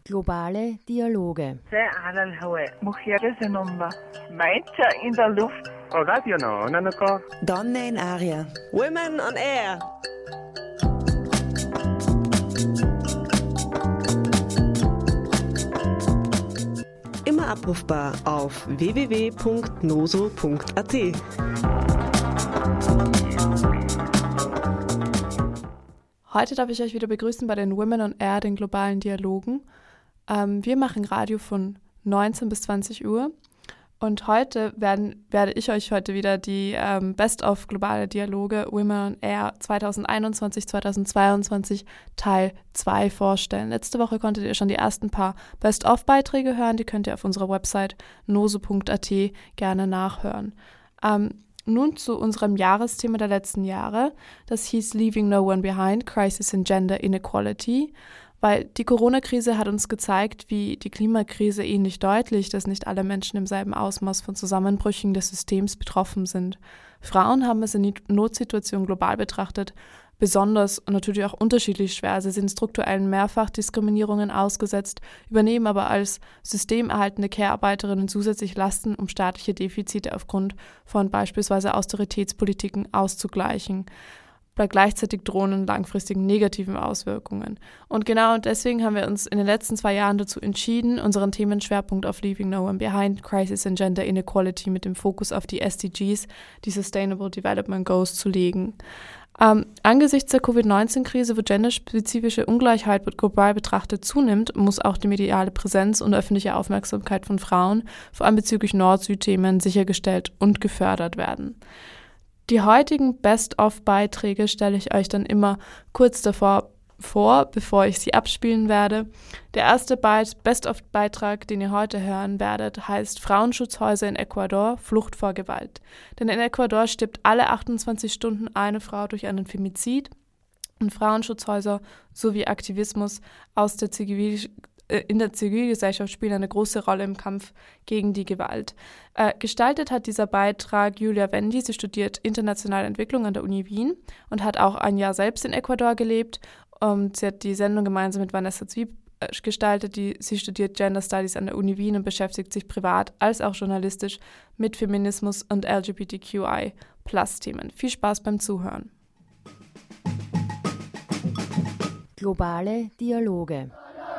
Globale Dialoge. Sei على الهواء مخيرة نمبر ميتة in der Luft. Donne in Aria. Women on Air. Immer abrufbar auf www.noso.at. Heute darf ich euch wieder begrüßen bei den Women on Air, den globalen Dialogen. Wir machen Radio von 19 bis 20 Uhr und heute werde ich euch heute wieder die Best of globale Dialoge Women on Air 2021-2022 Teil 2 vorstellen. Letzte Woche konntet ihr schon die ersten paar Best of Beiträge hören, die könnt ihr auf unserer Website noso.at gerne nachhören. Nun zu unserem Jahresthema der letzten Jahre. Das hieß Leaving No One Behind, Crisis in Gender Inequality, weil die Corona-Krise hat uns gezeigt, wie die Klimakrise ähnlich deutlich, dass nicht alle Menschen im selben Ausmaß von Zusammenbrüchen des Systems betroffen sind. Frauen haben es in Notsituationen global betrachtet besonders und natürlich auch unterschiedlich schwer. Sie sind strukturellen Mehrfachdiskriminierungen ausgesetzt, übernehmen aber als systemerhaltende Care-Arbeiterinnen zusätzlich Lasten, um staatliche Defizite aufgrund von beispielsweise Austeritätspolitiken auszugleichen, bei gleichzeitig drohenden langfristigen negativen Auswirkungen. Und genau deswegen haben wir uns in den letzten 2 Jahren dazu entschieden, unseren Themenschwerpunkt auf Leaving No One Behind, Crisis in Gender Inequality mit dem Fokus auf die SDGs, die Sustainable Development Goals, zu legen. Angesichts der Covid-19-Krise, wo genderspezifische Ungleichheit global betrachtet zunimmt, muss auch die mediale Präsenz und öffentliche Aufmerksamkeit von Frauen, vor allem bezüglich Nord-Süd-Themen, sichergestellt und gefördert werden. Die heutigen Best-of-Beiträge stelle ich euch dann immer kurz davor vor, bevor ich sie abspielen werde. Der erste Best-of-Beitrag, den ihr heute hören werdet, heißt Frauenschutzhäuser in Ecuador, Flucht vor Gewalt. Denn in Ecuador stirbt alle 28 Stunden eine Frau durch einen Femizid und Frauenschutzhäuser sowie Aktivismus in der Zivilgesellschaft spielen eine große Rolle im Kampf gegen die Gewalt. Gestaltet hat dieser Beitrag Julia Wendy. Sie studiert internationale Entwicklung an der Uni Wien und hat auch ein Jahr selbst in Ecuador gelebt. Sie hat die Sendung gemeinsam mit Vanessa Zwieb gestaltet. Sie studiert Gender Studies an der Uni Wien und beschäftigt sich privat als auch journalistisch mit Feminismus und LGBTQI+-Themen. Viel Spaß beim Zuhören. Globale Dialoge.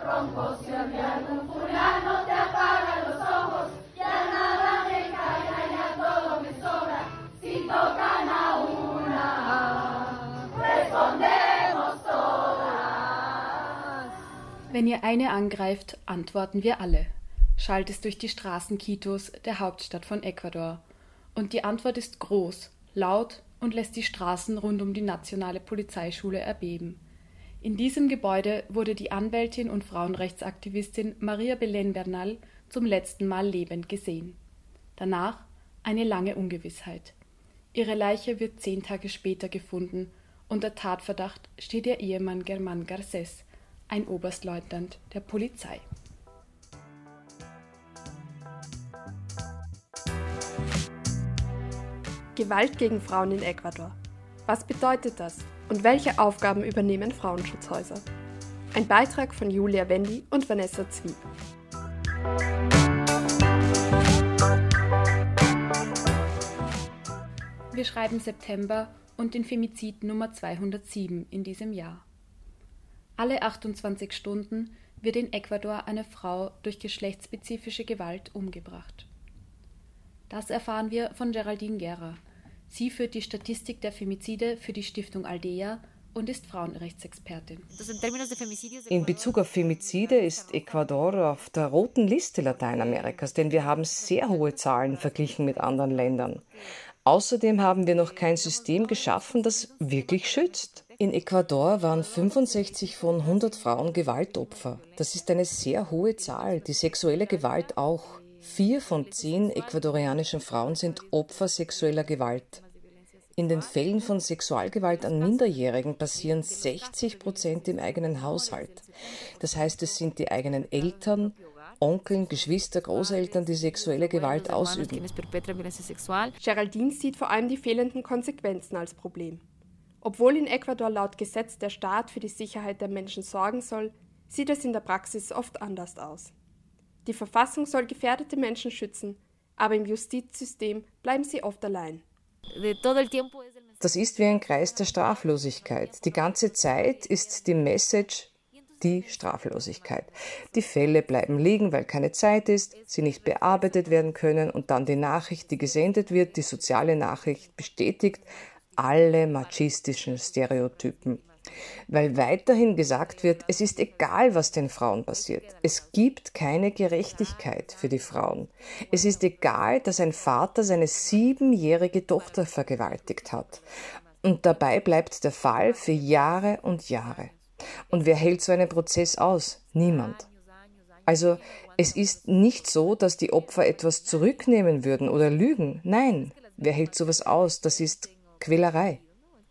Wenn ihr eine angreift, antworten wir alle, schallt es durch die Straßen Quitos, der Hauptstadt von Ecuador. Und die Antwort ist groß, laut und lässt die Straßen rund um die nationale Polizeischule erbeben. In diesem Gebäude wurde die Anwältin und Frauenrechtsaktivistin Maria Belén Bernal zum letzten Mal lebend gesehen. Danach eine lange Ungewissheit. Ihre Leiche wird 10 Tage später gefunden. Unter Tatverdacht steht ihr Ehemann Germán Garcés, ein Oberstleutnant der Polizei. Gewalt gegen Frauen in Ecuador. Was bedeutet das? Und welche Aufgaben übernehmen Frauenschutzhäuser? Ein Beitrag von Julia Wendy und Vanessa Zwieb. Wir schreiben September und den Femizid Nummer 207 in diesem Jahr. Alle 28 Stunden wird in Ecuador eine Frau durch geschlechtsspezifische Gewalt umgebracht. Das erfahren wir von Geraldine Guerra. Sie führt die Statistik der Femizide für die Stiftung Aldea und ist Frauenrechtsexpertin. In Bezug auf Femizide ist Ecuador auf der roten Liste Lateinamerikas, denn wir haben sehr hohe Zahlen verglichen mit anderen Ländern. Außerdem haben wir noch kein System geschaffen, das wirklich schützt. In Ecuador waren 65 von 100 Frauen Gewaltopfer. Das ist eine sehr hohe Zahl, die sexuelle Gewalt auch. 4 von 10 ecuadorianischen Frauen sind Opfer sexueller Gewalt. In den Fällen von Sexualgewalt an Minderjährigen passieren 60% im eigenen Haushalt. Das heißt, es sind die eigenen Eltern, Onkeln, Geschwister, Großeltern, die sexuelle Gewalt ausüben. Geraldine sieht vor allem die fehlenden Konsequenzen als Problem. Obwohl in Ecuador laut Gesetz der Staat für die Sicherheit der Menschen sorgen soll, sieht es in der Praxis oft anders aus. Die Verfassung soll gefährdete Menschen schützen, aber im Justizsystem bleiben sie oft allein. Das ist wie ein Kreis der Straflosigkeit. Die ganze Zeit ist die Message die Straflosigkeit. Die Fälle bleiben liegen, weil keine Zeit ist, sie nicht bearbeitet werden können und dann die Nachricht, die gesendet wird, die soziale Nachricht bestätigt alle machistischen Stereotypen. Weil weiterhin gesagt wird, es ist egal, was den Frauen passiert. Es gibt keine Gerechtigkeit für die Frauen. Es ist egal, dass ein Vater seine 7-jährige Tochter vergewaltigt hat. Und dabei bleibt der Fall für Jahre und Jahre. Und wer hält so einen Prozess aus? Niemand. Also es ist nicht so, dass die Opfer etwas zurücknehmen würden oder lügen. Nein, wer hält sowas aus? Das ist Quälerei.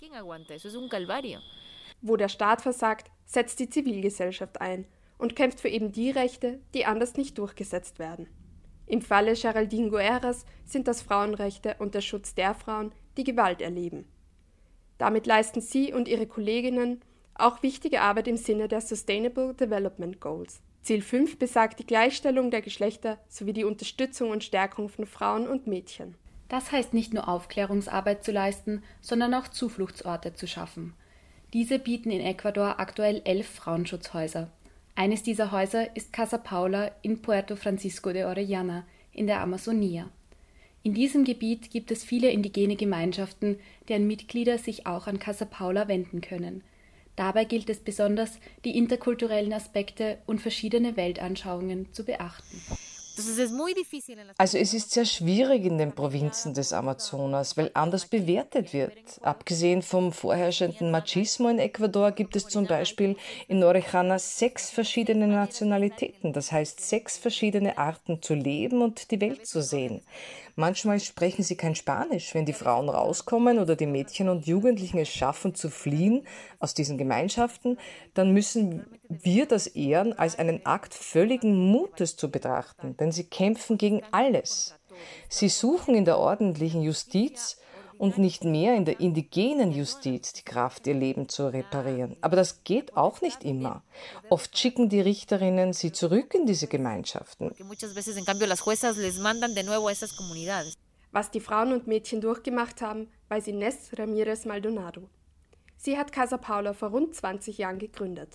Wo der Staat versagt, setzt die Zivilgesellschaft ein und kämpft für eben die Rechte, die anders nicht durchgesetzt werden. Im Falle Geraldine Guerras sind das Frauenrechte und der Schutz der Frauen, die Gewalt erleben. Damit leisten sie und ihre Kolleginnen auch wichtige Arbeit im Sinne der Sustainable Development Goals. Ziel 5 besagt die Gleichstellung der Geschlechter sowie die Unterstützung und Stärkung von Frauen und Mädchen. Das heißt nicht nur Aufklärungsarbeit zu leisten, sondern auch Zufluchtsorte zu schaffen. Diese bieten in Ecuador aktuell 11 Frauenschutzhäuser. Eines dieser Häuser ist Casa Paula in Puerto Francisco de Orellana in der Amazonia. In diesem Gebiet gibt es viele indigene Gemeinschaften, deren Mitglieder sich auch an Casa Paula wenden können. Dabei gilt es besonders, die interkulturellen Aspekte und verschiedene Weltanschauungen zu beachten. Also es ist sehr schwierig in den Provinzen des Amazonas, weil anders bewertet wird. Abgesehen vom vorherrschenden Machismo in Ecuador gibt es zum Beispiel in Orellana 6 verschiedene Nationalitäten, das heißt 6 verschiedene Arten zu leben und die Welt zu sehen. Manchmal sprechen sie kein Spanisch. Wenn die Frauen rauskommen oder die Mädchen und Jugendlichen es schaffen zu fliehen aus diesen Gemeinschaften, dann müssen wir das ehren als einen Akt völligen Mutes zu betrachten, denn sie kämpfen gegen alles. Sie suchen in der ordentlichen Justiz und nicht mehr in der indigenen Justiz die Kraft, ihr Leben zu reparieren. Aber das geht auch nicht immer. Oft schicken die Richterinnen sie zurück in diese Gemeinschaften. Was die Frauen und Mädchen durchgemacht haben, weiß Inés Ramírez Maldonado. Sie hat Casa Paula vor rund 20 Jahren gegründet.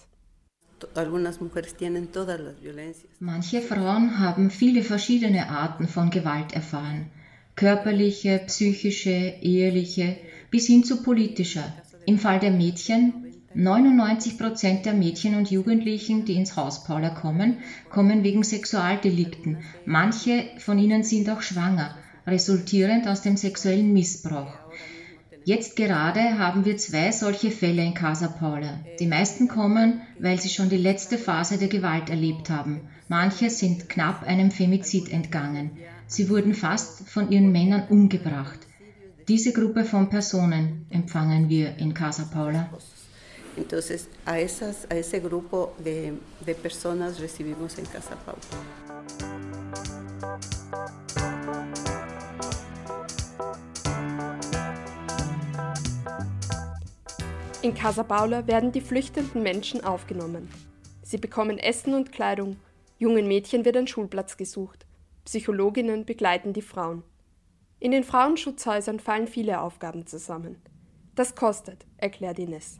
Manche Frauen haben viele verschiedene Arten von Gewalt erfahren. Körperliche, psychische, eheliche, bis hin zu politischer. Im Fall der Mädchen, 99% der Mädchen und Jugendlichen, die ins Haus Paula kommen, kommen wegen Sexualdelikten. Manche von ihnen sind auch schwanger, resultierend aus dem sexuellen Missbrauch. Jetzt gerade haben wir 2 solche Fälle in Casa Paula. Die meisten kommen, weil sie schon die letzte Phase der Gewalt erlebt haben. Manche sind knapp einem Femizid entgangen. Sie wurden fast von ihren Männern umgebracht. Diese Gruppe von Personen empfangen wir in Casa Paula. Entonces, a ese grupo de personas recibimos en Casa Paula. In Casa Paula werden die flüchtenden Menschen aufgenommen. Sie bekommen Essen und Kleidung. Jungen Mädchen wird ein Schulplatz gesucht. Psychologinnen begleiten die Frauen. In den Frauenschutzhäusern fallen viele Aufgaben zusammen. Das kostet, erklärt Inés.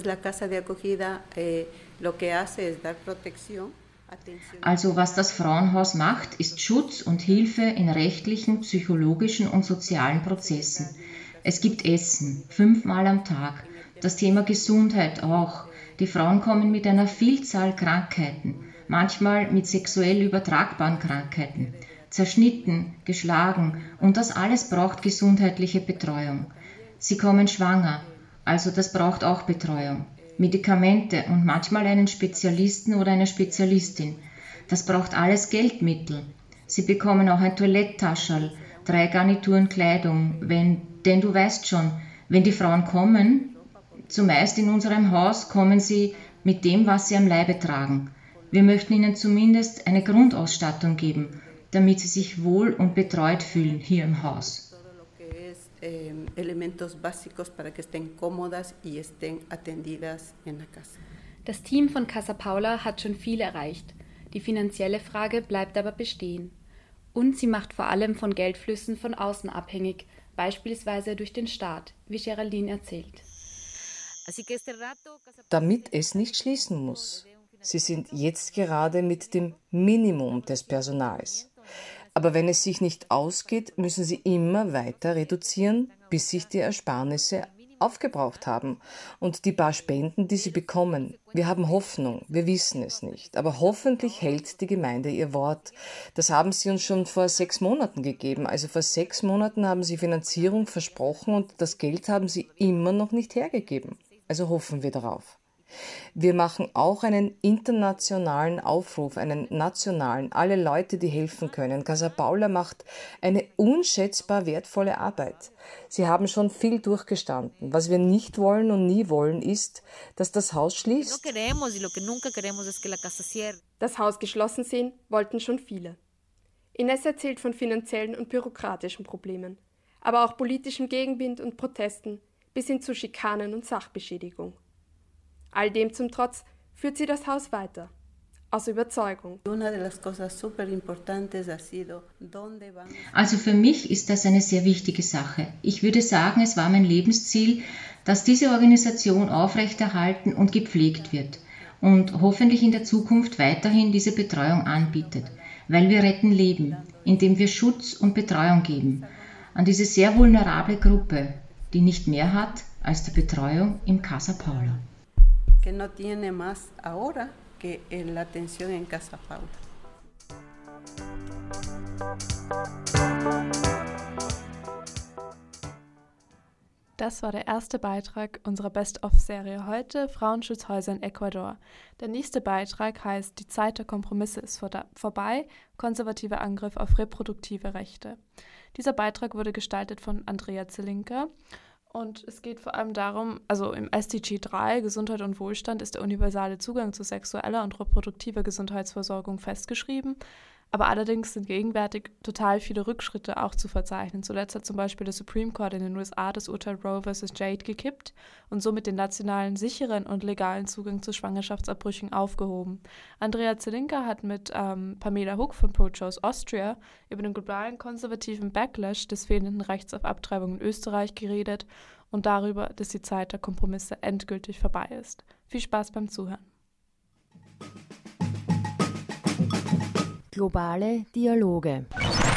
Also was das Frauenhaus macht, ist Schutz und Hilfe in rechtlichen, psychologischen und sozialen Prozessen. Es gibt Essen, 5-mal am Tag. Das Thema Gesundheit auch. Die Frauen kommen mit einer Vielzahl Krankheiten, manchmal mit sexuell übertragbaren Krankheiten, zerschnitten, geschlagen, und das alles braucht gesundheitliche Betreuung. Sie kommen schwanger, also das braucht auch Betreuung, Medikamente und manchmal einen Spezialisten oder eine Spezialistin. Das braucht alles Geldmittel. Sie bekommen auch ein Toiletttaschel, 3 Garnituren Kleidung, denn du weißt schon, wenn die Frauen kommen, zumeist in unserem Haus kommen sie mit dem, was sie am Leibe tragen. Wir möchten ihnen zumindest eine Grundausstattung geben, damit sie sich wohl und betreut fühlen hier im Haus. Das Team von Casa Paula hat schon viel erreicht. Die finanzielle Frage bleibt aber bestehen. Und sie macht vor allem von Geldflüssen von außen abhängig, beispielsweise durch den Staat, wie Geraldine erzählt. Damit es nicht schließen muss. Sie sind jetzt gerade mit dem Minimum des Personals. Aber wenn es sich nicht ausgeht, müssen sie immer weiter reduzieren, bis sich die Ersparnisse aufgebraucht haben. Und die paar Spenden, die sie bekommen, wir haben Hoffnung, wir wissen es nicht. Aber hoffentlich hält die Gemeinde ihr Wort. Das haben sie uns schon vor 6 Monaten gegeben. Also vor 6 Monaten haben sie Finanzierung versprochen und das Geld haben sie immer noch nicht hergegeben. Also hoffen wir darauf. Wir machen auch einen internationalen Aufruf, einen nationalen, alle Leute, die helfen können. Casa Paula macht eine unschätzbar wertvolle Arbeit. Sie haben schon viel durchgestanden. Was wir nicht wollen und nie wollen, ist, dass das Haus schließt. Das Haus geschlossen sehen wollten schon viele. Ines erzählt von finanziellen und bürokratischen Problemen, aber auch politischem Gegenwind und Protesten bis hin zu Schikanen und Sachbeschädigung. All dem zum Trotz führt sie das Haus weiter, aus Überzeugung. Also für mich ist das eine sehr wichtige Sache. Ich würde sagen, es war mein Lebensziel, dass diese Organisation aufrechterhalten und gepflegt wird und hoffentlich in der Zukunft weiterhin diese Betreuung anbietet, weil wir retten Leben, indem wir Schutz und Betreuung geben an diese sehr vulnerable Gruppe, die nicht mehr hat als die Betreuung im Casa Paula. Que no tiene más ahora que la atención en Casa Paula. Das war der erste Beitrag unserer Best-of-Serie heute, Frauenschutzhäuser in Ecuador. Der nächste Beitrag heißt Die Zeit der Kompromisse ist vorbei, konservativer Angriff auf reproduktive Rechte. Dieser Beitrag wurde gestaltet von Andrea Zelinka. Und es geht vor allem darum, also im SDG 3, Gesundheit und Wohlstand, ist der universale Zugang zu sexueller und reproduktiver Gesundheitsversorgung festgeschrieben. Aber allerdings sind gegenwärtig total viele Rückschritte auch zu verzeichnen. Zuletzt hat zum Beispiel der Supreme Court in den USA das Urteil Roe vs. Wade gekippt und somit den nationalen, sicheren und legalen Zugang zu Schwangerschaftsabbrüchen aufgehoben. Andrea Zelinka hat mit Pamela Hook von Pro-Choice Austria über den globalen konservativen Backlash des fehlenden Rechts auf Abtreibung in Österreich geredet und darüber, dass die Zeit der Kompromisse endgültig vorbei ist. Viel Spaß beim Zuhören. Globale Dialoge.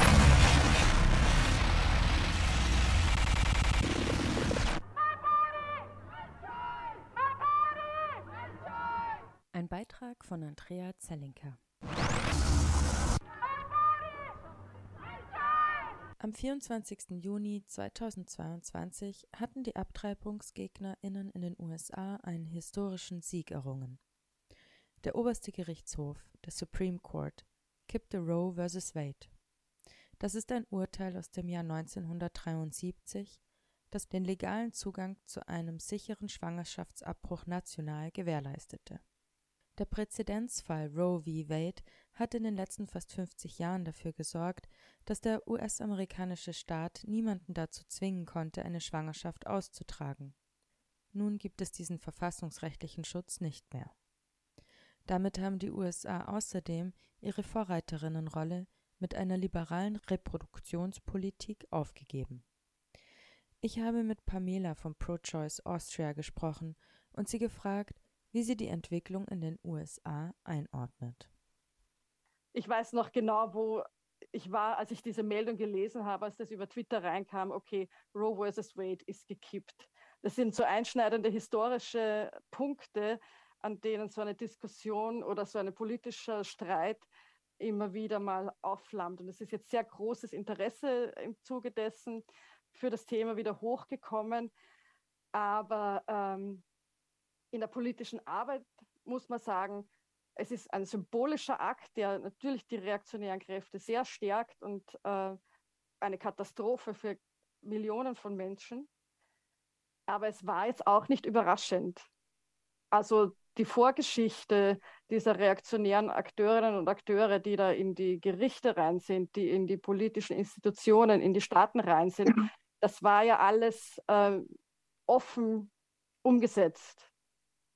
Ein Beitrag von Andrea Zelinka. Am 24. Juni 2022 hatten die AbtreibungsgegnerInnen in den USA einen historischen Sieg errungen. Der oberste Gerichtshof, der Supreme Court, kippte Roe vs. Wade. Das ist ein Urteil aus dem Jahr 1973, das den legalen Zugang zu einem sicheren Schwangerschaftsabbruch national gewährleistete. Der Präzedenzfall Roe v. Wade hat in den letzten fast 50 Jahren dafür gesorgt, dass der US-amerikanische Staat niemanden dazu zwingen konnte, eine Schwangerschaft auszutragen. Nun gibt es diesen verfassungsrechtlichen Schutz nicht mehr. Damit haben die USA außerdem ihre Vorreiterinnenrolle mit einer liberalen Reproduktionspolitik aufgegeben. Ich habe mit Pamela von Pro-Choice Austria gesprochen und sie gefragt, wie sie die Entwicklung in den USA einordnet. Ich weiß noch genau, wo ich war, als ich diese Meldung gelesen habe, als das über Twitter reinkam, okay, Roe vs. Wade ist gekippt. Das sind so einschneidende historische Punkte, an denen so eine Diskussion oder so ein politischer Streit immer wieder mal aufflammt. Und es ist jetzt sehr großes Interesse im Zuge dessen für das Thema wieder hochgekommen. Aber in der politischen Arbeit muss man sagen, es ist ein symbolischer Akt, der natürlich die reaktionären Kräfte sehr stärkt und eine Katastrophe für Millionen von Menschen. Aber es war jetzt auch nicht überraschend. Also die Vorgeschichte dieser reaktionären Akteurinnen und Akteure, die da in die Gerichte rein sind, die in die politischen Institutionen, in die Staaten rein sind, das war ja alles offen umgesetzt.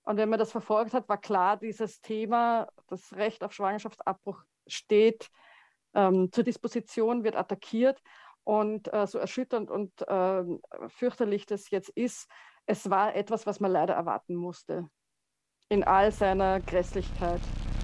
Und wenn man das verfolgt hat, war klar, dieses Thema, das Recht auf Schwangerschaftsabbruch steht zur Disposition, wird attackiert. Und so erschütternd und fürchterlich das jetzt ist, es war etwas, was man leider erwarten musste. In all seiner Grässlichkeit.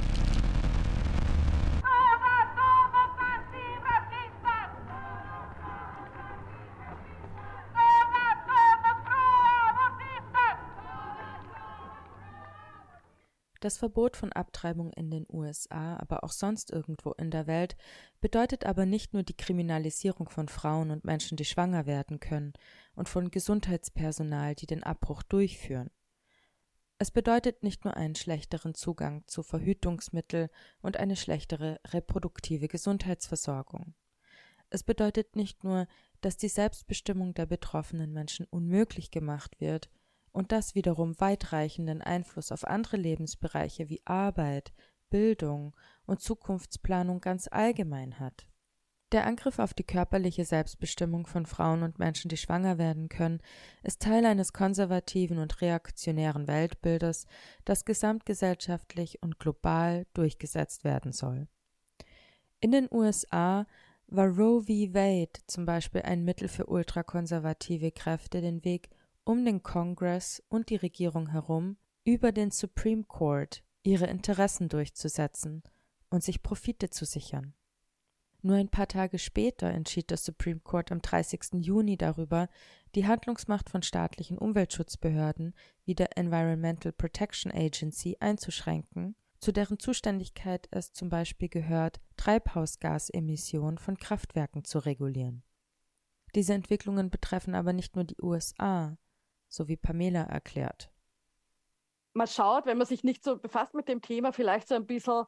Das Verbot von Abtreibung in den USA, aber auch sonst irgendwo in der Welt, bedeutet aber nicht nur die Kriminalisierung von Frauen und Menschen, die schwanger werden können, und von Gesundheitspersonal, die den Abbruch durchführen. Es bedeutet nicht nur einen schlechteren Zugang zu Verhütungsmitteln und eine schlechtere reproduktive Gesundheitsversorgung. Es bedeutet nicht nur, dass die Selbstbestimmung der betroffenen Menschen unmöglich gemacht wird, und das wiederum weitreichenden Einfluss auf andere Lebensbereiche wie Arbeit, Bildung und Zukunftsplanung ganz allgemein hat. Der Angriff auf die körperliche Selbstbestimmung von Frauen und Menschen, die schwanger werden können, ist Teil eines konservativen und reaktionären Weltbildes, das gesamtgesellschaftlich und global durchgesetzt werden soll. In den USA war Roe v. Wade zum Beispiel ein Mittel für ultrakonservative Kräfte, den Weg um den Kongress und die Regierung herum über den Supreme Court ihre Interessen durchzusetzen und sich Profite zu sichern. Nur ein paar Tage später entschied der Supreme Court am 30. Juni darüber, die Handlungsmacht von staatlichen Umweltschutzbehörden wie der Environmental Protection Agency einzuschränken, zu deren Zuständigkeit es zum Beispiel gehört, Treibhausgasemissionen von Kraftwerken zu regulieren. Diese Entwicklungen betreffen aber nicht nur die USA, so wie Pamela erklärt. Man schaut, wenn man sich nicht so befasst mit dem Thema, vielleicht so ein bisschen,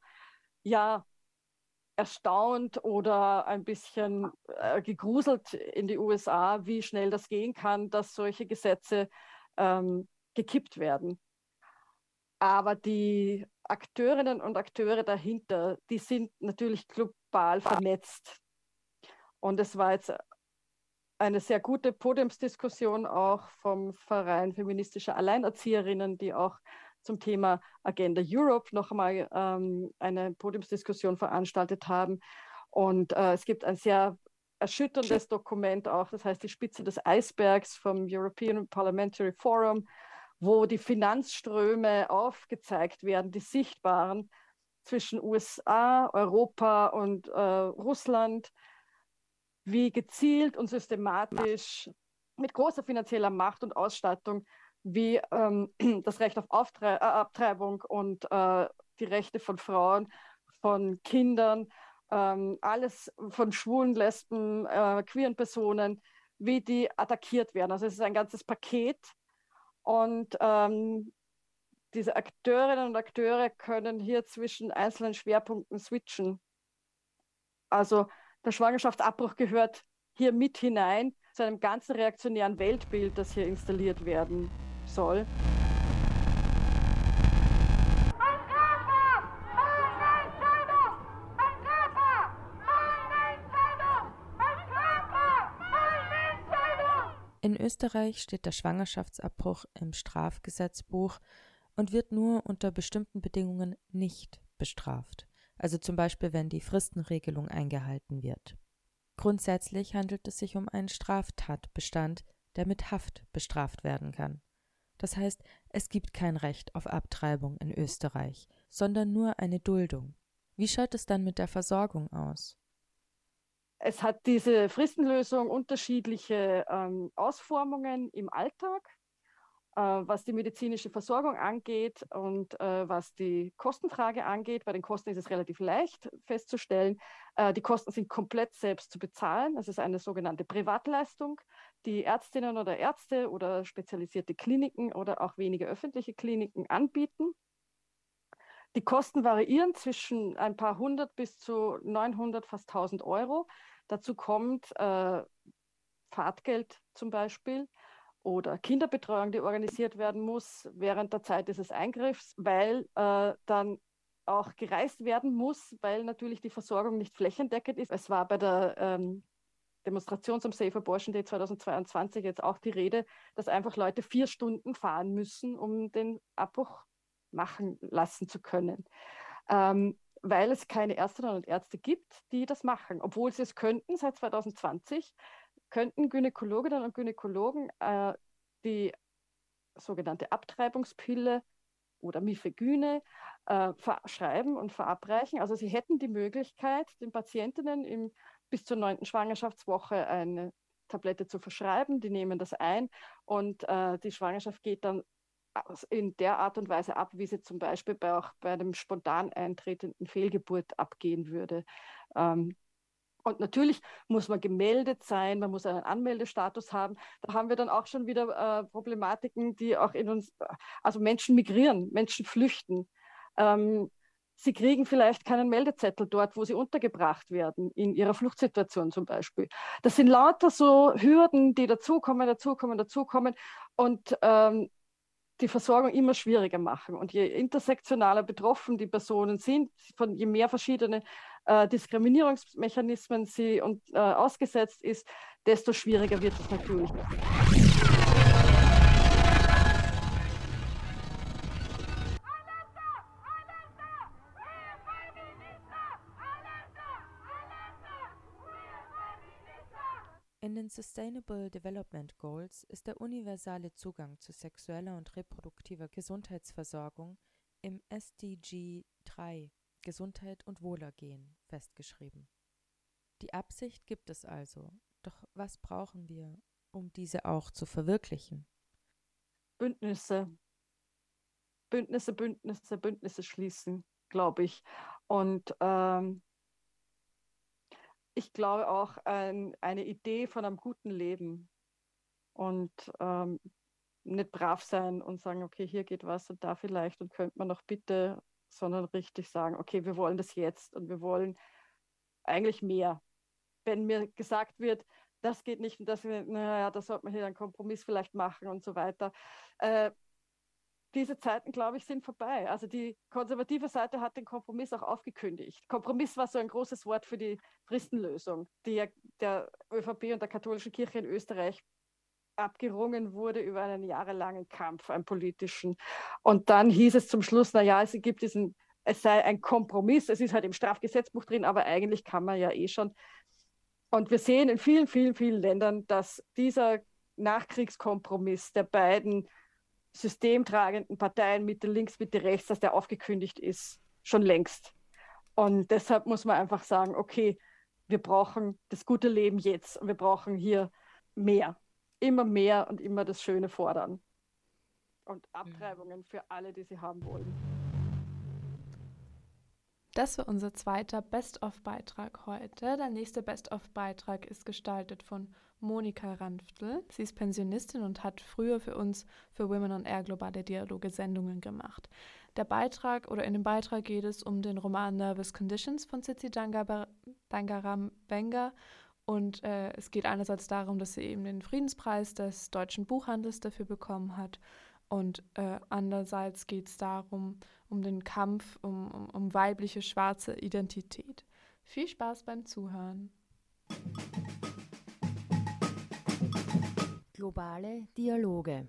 erstaunt oder ein bisschen gegruselt in die USA, wie schnell das gehen kann, dass solche Gesetze gekippt werden. Aber die Akteurinnen und Akteure dahinter, die sind natürlich global vernetzt. Und es war jetzt eine sehr gute Podiumsdiskussion auch vom Verein feministischer Alleinerzieherinnen, die auch zum Thema Agenda Europe noch einmal eine Podiumsdiskussion veranstaltet haben. Und es gibt ein sehr erschütterndes Dokument auch, das heißt die Spitze des Eisbergs vom European Parliamentary Forum, wo die Finanzströme aufgezeigt werden, die sichtbaren zwischen USA, Europa und Russland, wie gezielt und systematisch mit großer finanzieller Macht und Ausstattung, wie das Recht auf Abtreibung und die Rechte von Frauen, von Kindern, alles von Schwulen, Lesben, queeren Personen, wie die attackiert werden. Also es ist ein ganzes Paket. Und diese Akteurinnen und Akteure können hier zwischen einzelnen Schwerpunkten switchen. Also der Schwangerschaftsabbruch gehört hier mit hinein zu einem ganzen reaktionären Weltbild, das hier installiert werden soll. In Österreich steht der Schwangerschaftsabbruch im Strafgesetzbuch und wird nur unter bestimmten Bedingungen nicht bestraft. Also zum Beispiel, wenn die Fristenregelung eingehalten wird. Grundsätzlich handelt es sich um einen Straftatbestand, der mit Haft bestraft werden kann. Das heißt, es gibt kein Recht auf Abtreibung in Österreich, sondern nur eine Duldung. Wie schaut es dann mit der Versorgung aus? Es hat diese Fristenlösung unterschiedliche Ausformungen im Alltag, was die medizinische Versorgung angeht und was die Kostenfrage angeht. Bei den Kosten ist es relativ leicht festzustellen. Die Kosten sind komplett selbst zu bezahlen. Das ist eine sogenannte Privatleistung, die Ärztinnen oder Ärzte oder spezialisierte Kliniken oder auch wenige öffentliche Kliniken anbieten. Die Kosten variieren zwischen ein paar hundert bis zu 900, fast 1000 Euro. Dazu kommt Fahrtgeld zum Beispiel oder Kinderbetreuung, die organisiert werden muss während der Zeit dieses Eingriffs, weil dann auch gereist werden muss, weil natürlich die Versorgung nicht flächendeckend ist. Es war bei der Demonstration zum Safe Abortion Day 2022 jetzt auch die Rede, dass einfach Leute 4 Stunden fahren müssen, um den Abbruch machen lassen zu können. Weil es keine Ärztinnen und Ärzte gibt, die das machen. Obwohl sie es könnten, seit 2020 könnten Gynäkologinnen und Gynäkologen die sogenannte Abtreibungspille oder Mifegyne verschreiben und verabreichen. Also sie hätten die Möglichkeit, den Patientinnen bis zur 9. Schwangerschaftswoche eine Tablette zu verschreiben. Die nehmen das ein und die Schwangerschaft geht dann in der Art und Weise ab, wie sie zum Beispiel auch bei einem spontan eintretenden Fehlgeburt abgehen würde. Und natürlich muss man gemeldet sein, man muss einen Anmeldestatus haben. Da haben wir dann auch schon wieder Problematiken, die auch in uns, also Menschen migrieren, Menschen flüchten. Sie kriegen vielleicht keinen Meldezettel dort, wo sie untergebracht werden, in ihrer Fluchtsituation zum Beispiel. Das sind lauter so Hürden, die dazukommen und die Versorgung immer schwieriger machen. Und je intersektionaler betroffen die Personen sind, je mehr verschiedene Diskriminierungsmechanismen sie ausgesetzt ist, desto schwieriger wird es natürlich. In den Sustainable Development Goals ist der universale Zugang zu sexueller und reproduktiver Gesundheitsversorgung im SDG 3 Gesundheit und Wohlergehen festgeschrieben. Die Absicht gibt es also, doch was brauchen wir, um diese auch zu verwirklichen? Bündnisse schließen, glaube ich. Und ich glaube auch eine Idee von einem guten Leben und nicht brav sein und sagen, okay, hier geht was und da vielleicht und könnte man noch bitte, sondern richtig sagen, okay, wir wollen das jetzt und wir wollen eigentlich mehr. Wenn mir gesagt wird, das geht nicht und das, naja, da sollte man hier einen Kompromiss vielleicht machen und so weiter. Diese Zeiten, glaube ich, sind vorbei. Also die konservative Seite hat den Kompromiss auch aufgekündigt. Kompromiss war so ein großes Wort für die Fristenlösung, die der ÖVP und der katholischen Kirche in Österreich abgerungen wurde über einen jahrelangen Kampf, einen politischen. Und dann hieß es zum Schluss, naja, es sei ein Kompromiss, es ist halt im Strafgesetzbuch drin, aber eigentlich kann man ja eh schon. Und wir sehen in vielen, vielen, vielen Ländern, dass dieser Nachkriegskompromiss der beiden systemtragenden Parteien Mitte links, Mitte rechts, dass der aufgekündigt ist, schon längst. Und deshalb muss man einfach sagen, okay, wir brauchen das gute Leben jetzt und wir brauchen hier mehr. Immer mehr und immer das Schöne fordern. Und Abtreibungen für alle, die sie haben wollen. Das war unser zweiter Best-of-Beitrag heute. Der nächste Best-of-Beitrag ist gestaltet von Monika Ranftl. Sie ist Pensionistin und hat früher für uns, für Women on Air, globale Dialoge Sendungen gemacht. In dem Beitrag geht es um den Roman Nervous Conditions von Tsitsi Dangarembga. Und es geht einerseits darum, dass sie eben den Friedenspreis des deutschen Buchhandels dafür bekommen hat. Und andererseits geht es darum, um den Kampf um weibliche schwarze Identität. Viel Spaß beim Zuhören. Globale Dialoge.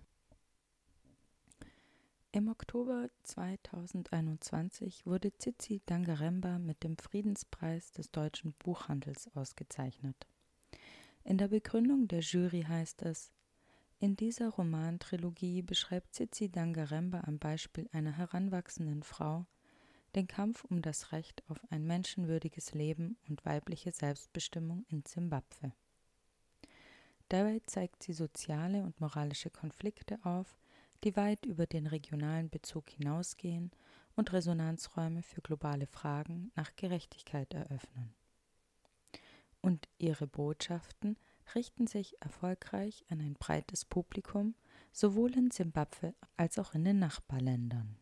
Im Oktober 2021 wurde Tsitsi Dangarembga mit dem Friedenspreis des deutschen Buchhandels ausgezeichnet. In der Begründung der Jury heißt es: In dieser Romantrilogie beschreibt Tsitsi Dangarembga am Beispiel einer heranwachsenden Frau den Kampf um das Recht auf ein menschenwürdiges Leben und weibliche Selbstbestimmung in Simbabwe. Dabei zeigt sie soziale und moralische Konflikte auf, die weit über den regionalen Bezug hinausgehen und Resonanzräume für globale Fragen nach Gerechtigkeit eröffnen. Und ihre Botschaften richten sich erfolgreich an ein breites Publikum, sowohl in Simbabwe als auch in den Nachbarländern.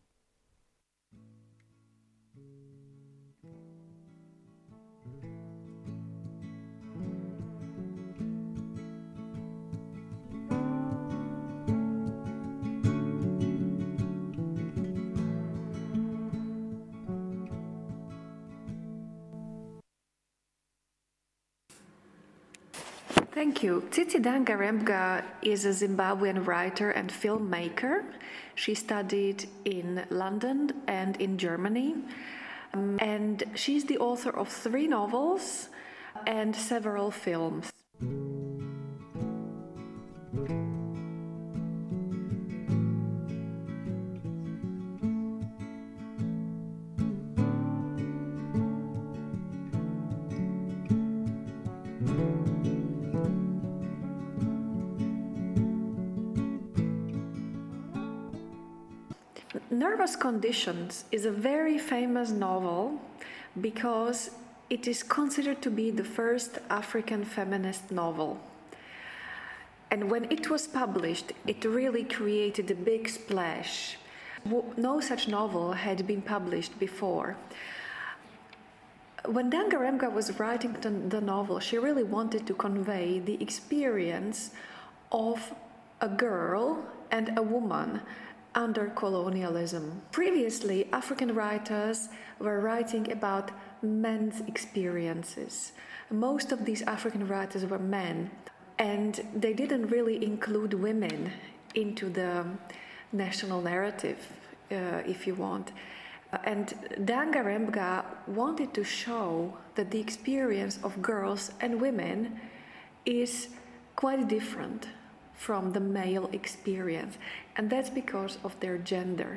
Thank you. Tsitsi Dangarembga is a Zimbabwean writer and filmmaker. She studied in London and in Germany. And she's the author of 3 novels and several films. Nervous Conditions is a very famous novel because it is considered to be the first African feminist novel. And when it was published, it really created a big splash. No such novel had been published before. When Dangarembga was writing the novel, she really wanted to convey the experience of a girl and a woman under colonialism. Previously, African writers were writing about men's experiences. Most of these African writers were men, and they didn't really include women into the national narrative, if you want. And Dangarembga wanted to show that the experience of girls and women is quite different from the male experience, and that's because of their gender.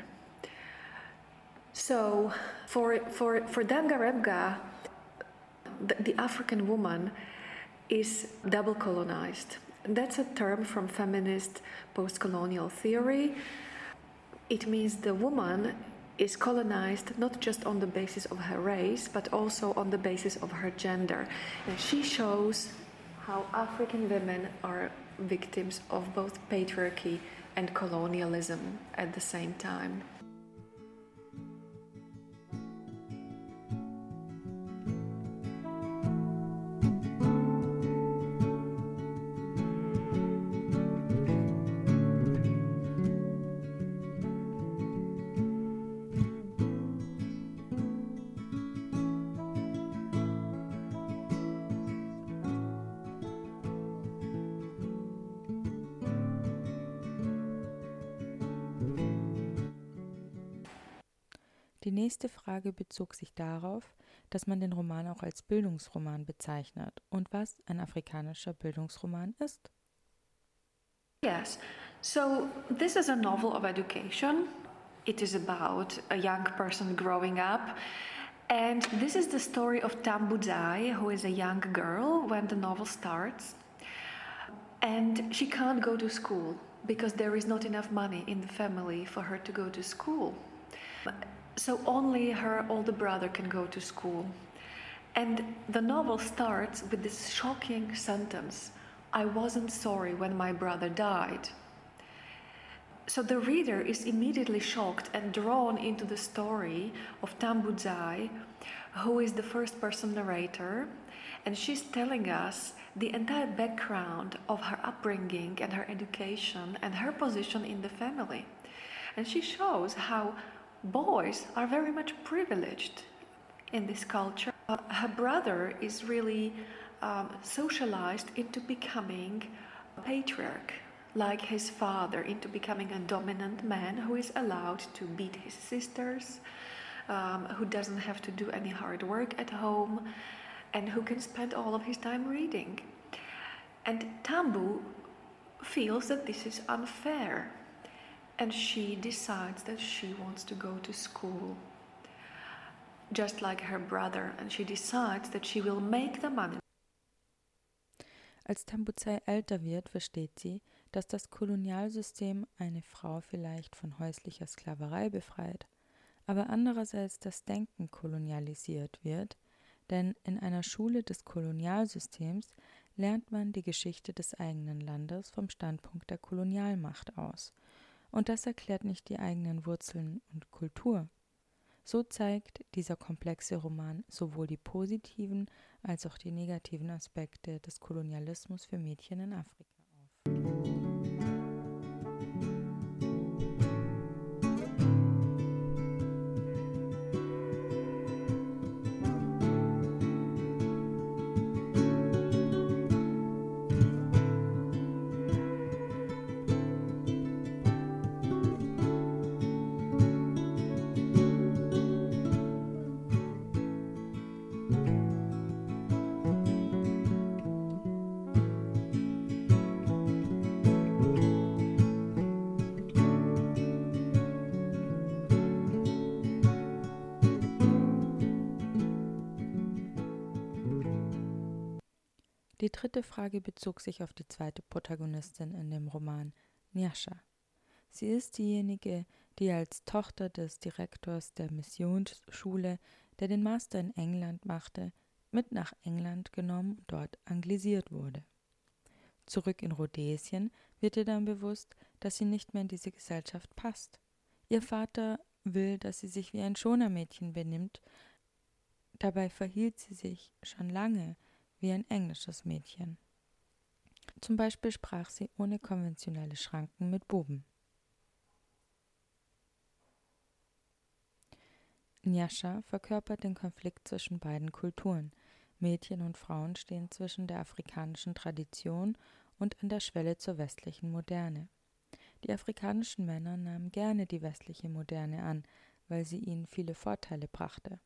So for Dangarembga, the African woman is double colonized. And that's a term from feminist post-colonial theory. It means the woman is colonized not just on the basis of her race, but also on the basis of her gender. And she shows how African women are victims of both patriarchy and colonialism at the same time. Die nächste Frage bezog sich darauf, dass man den Roman auch als Bildungsroman bezeichnet und was ein afrikanischer Bildungsroman ist. Yes, so this is a novel of education. It is about a young person growing up. And this is the story of Tambuzai, who is a young girl when the novel starts. And she can't go to school because there is not enough money in the family for her to go to school. So only her older brother can go to school. And the novel starts with this shocking sentence, "I wasn't sorry when my brother died." So the reader is immediately shocked and drawn into the story of Tambuzai, who is the first person narrator, and she's telling us the entire background of her upbringing and her education and her position in the family. And she shows how boys are very much privileged in this culture. Her brother is really socialized into becoming a patriarch, like his father, into becoming a dominant man who is allowed to beat his sisters, who doesn't have to do any hard work at home, and who can spend all of his time reading. And Tambu feels that this is unfair. And she decides that she wants to go to school, just like her brother, and she decides that she will make the money. Als Tambuzai älter wird, versteht sie, dass das Kolonialsystem eine Frau vielleicht von häuslicher Sklaverei befreit, aber andererseits das Denken kolonialisiert wird, denn in einer Schule des Kolonialsystems lernt man die Geschichte des eigenen Landes vom Standpunkt der Kolonialmacht aus. Und das erklärt nicht die eigenen Wurzeln und Kultur. So zeigt dieser komplexe Roman sowohl die positiven als auch die negativen Aspekte des Kolonialismus für Mädchen in Afrika auf. Die dritte Frage bezog sich auf die zweite Protagonistin in dem Roman, Nyasha. Sie ist diejenige, die als Tochter des Direktors der Missionsschule, der den Master in England machte, mit nach England genommen und dort anglisiert wurde. Zurück in Rhodesien wird ihr dann bewusst, dass sie nicht mehr in diese Gesellschaft passt. Ihr Vater will, dass sie sich wie ein Schonermädchen benimmt, dabei verhielt sie sich schon lange wie ein englisches Mädchen. Zum Beispiel sprach sie ohne konventionelle Schranken mit Buben. Nyasha verkörpert den Konflikt zwischen beiden Kulturen. Mädchen und Frauen stehen zwischen der afrikanischen Tradition und an der Schwelle zur westlichen Moderne. Die afrikanischen Männer nahmen gerne die westliche Moderne an, weil sie ihnen viele Vorteile brachte.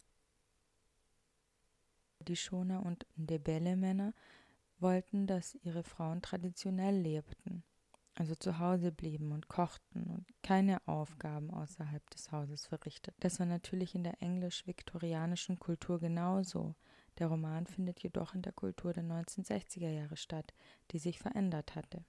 Die Shona- und Ndebele-Männer wollten, dass ihre Frauen traditionell lebten, also zu Hause blieben und kochten und keine Aufgaben außerhalb des Hauses verrichteten. Das war natürlich in der englisch-viktorianischen Kultur genauso. Der Roman findet jedoch in der Kultur der 1960er Jahre statt, die sich verändert hatte.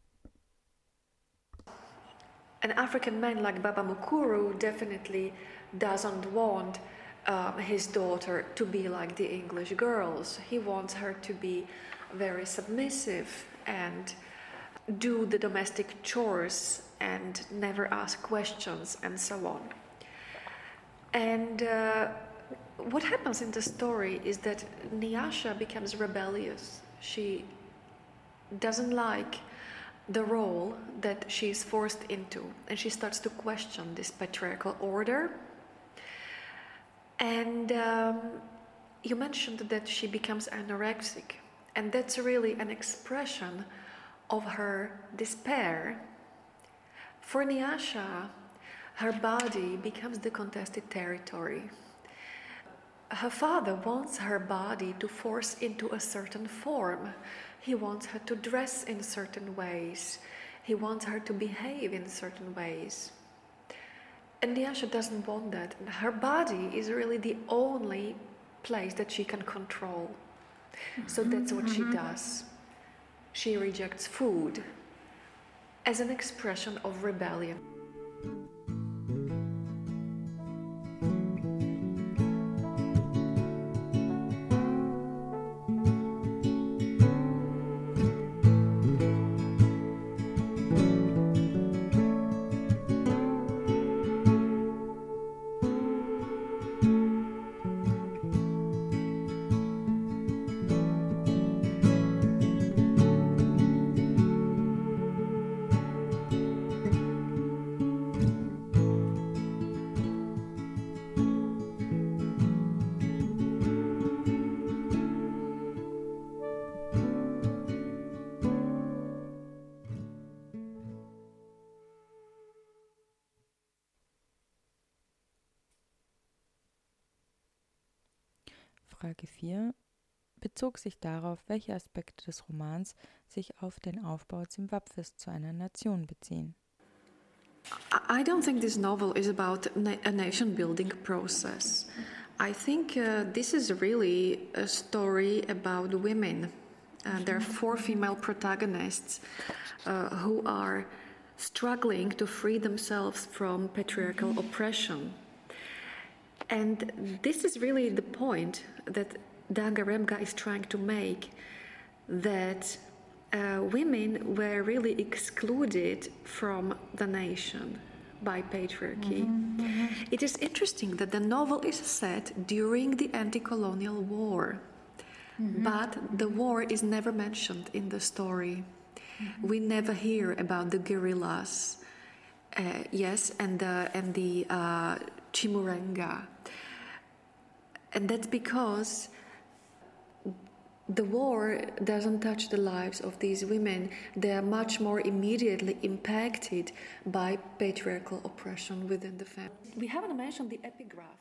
An African man like Baba Mukuru definitely doesn't want his daughter to be like the English girls. He wants her to be very submissive and do the domestic chores and never ask questions and so on. And what happens in the story is that Nyasha becomes rebellious. She doesn't like the role that she is forced into, and she starts to question this patriarchal order. And you mentioned that she becomes anorexic, and that's really an expression of her despair. For Nyasha, her body becomes the contested territory. Her father wants her body to force into a certain form. He wants her to dress in certain ways. He wants her to behave in certain ways. And Nyasha doesn't want that. And her body is really the only place that she can control. So that's what she does. She rejects food as an expression of rebellion. Frage 4 bezog sich darauf, welche Aspekte des Romans sich auf den Aufbau Simbabwes zu einer Nation beziehen. I don't think this novel is about a nation-building process. I think this is really a story about women. There are 4 female protagonists who are struggling to free themselves from patriarchal oppression. And this is really the point that Dangarembga is trying to make, that women were really excluded from the nation by patriarchy. It is interesting that the novel is set during the anti-colonial war, but the war is never mentioned in the story. We never hear about the guerrillas, and the Chimurenga. And that's because the war doesn't touch the lives of these women. They are much more immediately impacted by patriarchal oppression within the family. We haven't mentioned the epigraph.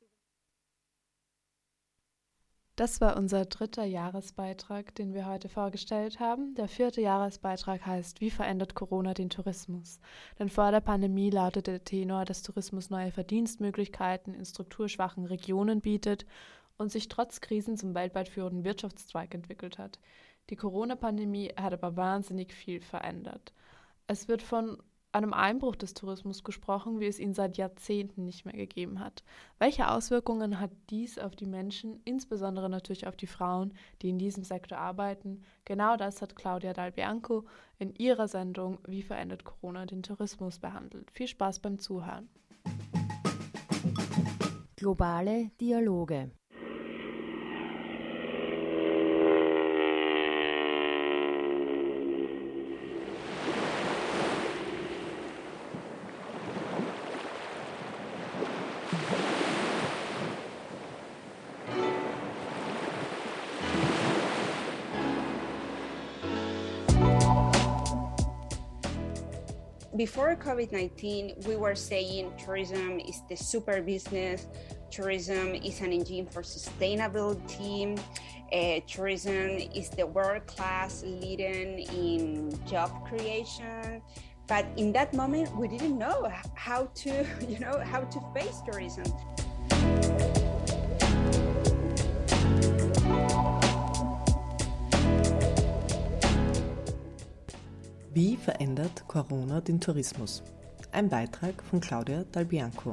Das war unser 3. Jahresbeitrag, den wir heute vorgestellt haben. Der 4. Jahresbeitrag heißt, wie verändert Corona den Tourismus? Denn vor der Pandemie lautete der Tenor, dass Tourismus neue Verdienstmöglichkeiten in strukturschwachen Regionen bietet und sich trotz Krisen zum weltweit führenden Wirtschaftszweig entwickelt hat. Die Corona-Pandemie hat aber wahnsinnig viel verändert. Es wird von einem Einbruch des Tourismus gesprochen, wie es ihn seit Jahrzehnten nicht mehr gegeben hat. Welche Auswirkungen hat dies auf die Menschen, insbesondere natürlich auf die Frauen, die in diesem Sektor arbeiten? Genau das hat Claudia Dal Bianco in ihrer Sendung Wie verändert Corona den Tourismus behandelt. Viel Spaß beim Zuhören. Globale Dialoge. Before COVID-19, we were saying tourism is the super business, tourism is an engine for sustainability, tourism is the world class leading in job creation. But in that moment, we didn't know how to face tourism. Wie verändert Corona den Tourismus? Ein Beitrag von Claudia Dal Bianco.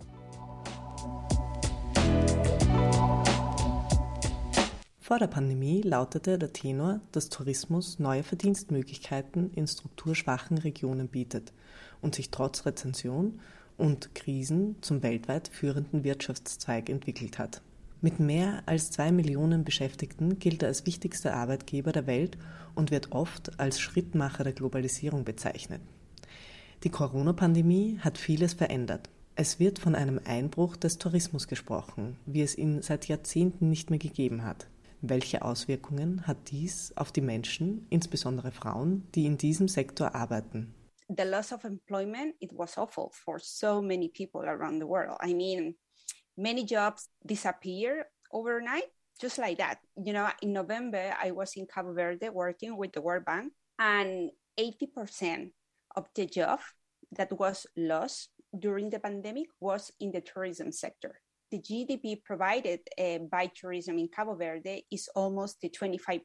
Vor der Pandemie lautete der Tenor, dass Tourismus neue Verdienstmöglichkeiten in strukturschwachen Regionen bietet und sich trotz Rezession und Krisen zum weltweit führenden Wirtschaftszweig entwickelt hat. Mit mehr als 2 Millionen Beschäftigten gilt er als wichtigster Arbeitgeber der Welt und wird oft als Schrittmacher der Globalisierung bezeichnet. Die Corona-Pandemie hat vieles verändert. Es wird von einem Einbruch des Tourismus gesprochen, wie es ihn seit Jahrzehnten nicht mehr gegeben hat. Welche Auswirkungen hat dies auf die Menschen, insbesondere Frauen, die in diesem Sektor arbeiten? The loss of employment, it was awful for so many people around the world. I mean, many jobs disappear overnight, just like that. You know, in November, I was in Cabo Verde working with the World Bank, and 80% of the job that was lost during the pandemic was in the tourism sector. The GDP provided by tourism in Cabo Verde is almost 25%.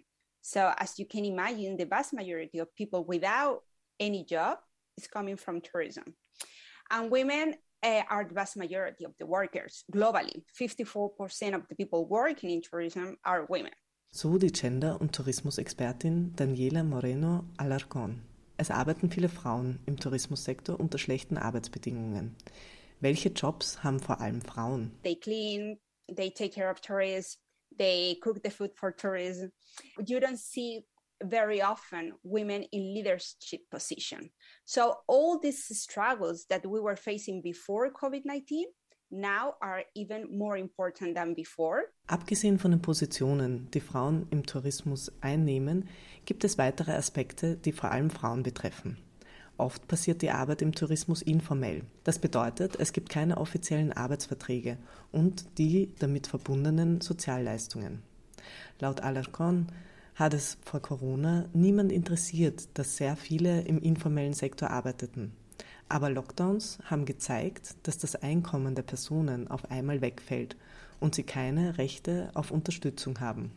So as you can imagine, the vast majority of people without any job is coming from tourism. And women are the vast majority of the workers globally. 54% of the people working in tourism are women. So die Gender- und Tourismusexpertin Daniela Moreno Alarcón. Es arbeiten viele Frauen im Tourismussektor unter schlechten Arbeitsbedingungen. Welche Jobs haben vor allem Frauen? They clean, they take care of tourists, they cook the food for tourism. You don't see very often women in leadership position. So all these struggles that we were facing before COVID-19 now are even more important than before. Abgesehen von den Positionen, die Frauen im Tourismus einnehmen, gibt es weitere Aspekte, die vor allem Frauen betreffen. Oft passiert die Arbeit im Tourismus informell. Das bedeutet, es gibt keine offiziellen Arbeitsverträge und die damit verbundenen Sozialleistungen. Laut Alarcón hat es vor Corona niemand interessiert, dass sehr viele im informellen Sektor arbeiteten. Aber Lockdowns haben gezeigt, dass das Einkommen der Personen auf einmal wegfällt und sie keine Rechte auf Unterstützung haben.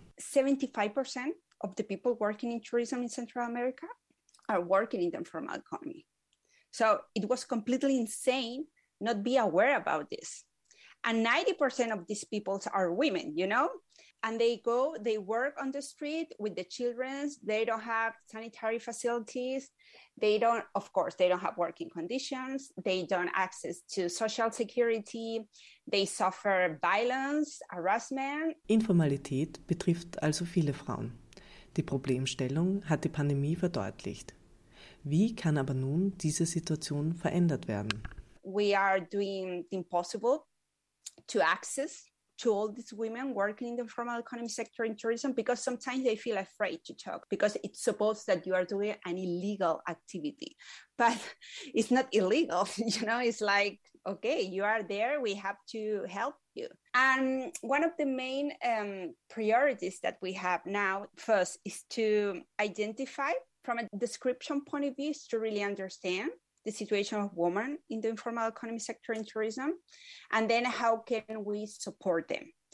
75% of the people working in tourism in Central America are working in the informal economy. So it was completely insane not be aware about this. And 90% of these people are women, you know? And they work on the street with the children. They don't have sanitary facilities. They don't have working conditions. They don't access to social security. They suffer violence, harassment. Informalität betrifft also viele Frauen. Die Problemstellung hat die Pandemie verdeutlicht. Wie kann aber nun diese Situation verändert werden? We are doing the impossible to access to all these women working in the informal economy sector in tourism, because sometimes they feel afraid to talk because it's supposed that you are doing an illegal activity, but it's not illegal. You know, it's like, okay, you are there, we have to help you. And one of the main priorities that we have now first is to identify from a description point of view, is to really understand the situation of women in the informal economy sector in tourism, and then how can we support them?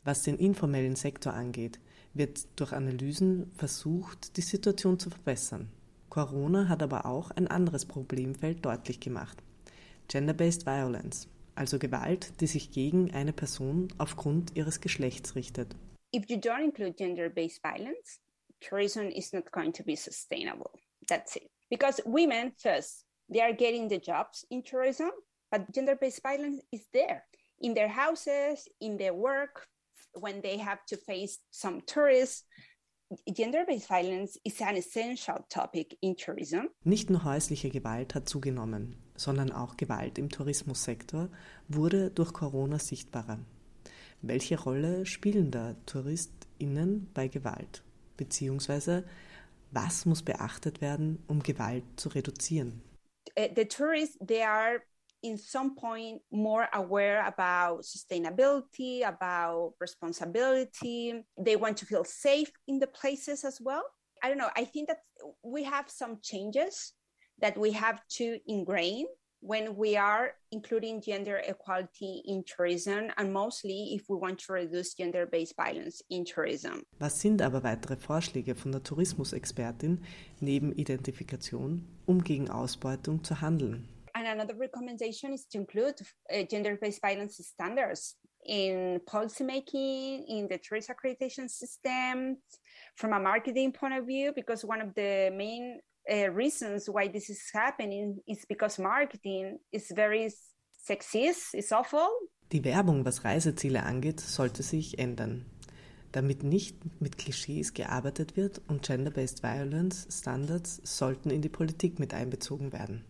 Was den informellen Sektor angeht, wird durch Analysen versucht, die Situation zu verbessern. Corona hat aber auch ein anderes Problemfeld deutlich gemacht. Gender-based violence, also Gewalt, die sich gegen eine Person aufgrund ihres Geschlechts richtet. If you don't include gender-based violence, tourism is not going to be sustainable. That's it. Because women, first, they are getting the jobs in tourism, but gender-based violence is there. In their houses, in their work, when they have to face some tourists. Gender-based violence is an essential topic in tourism. Nicht nur häusliche Gewalt hat zugenommen, sondern auch Gewalt im Tourismussektor wurde durch Corona sichtbarer. Welche Rolle spielen da TouristInnen bei Gewalt? Beziehungsweise, was muss beachtet werden, um Gewalt zu reduzieren? The tourists, they are in some point more aware about sustainability, about responsibility. They want to feel safe in the places as well. I don't know, I think that we have some changes that we have to ingrain when we are including gender equality in tourism and mostly if we want to reduce gender-based violence in tourism. Was sind aber weitere Vorschläge von der Tourismusexpertin neben Identifikation, um gegen Ausbeutung zu handeln? And another recommendation is to include gender-based violence standards in policymaking, in the tourist accreditation system, from a marketing point of view, because one of the main reasons why this is happening is because marketing is very sexist, it's awful. Die Werbung, was Reiseziele angeht, sollte sich ändern, damit nicht mit Klischees gearbeitet wird und Gender-Based Violence Standards sollten in die Politik mit einbezogen werden.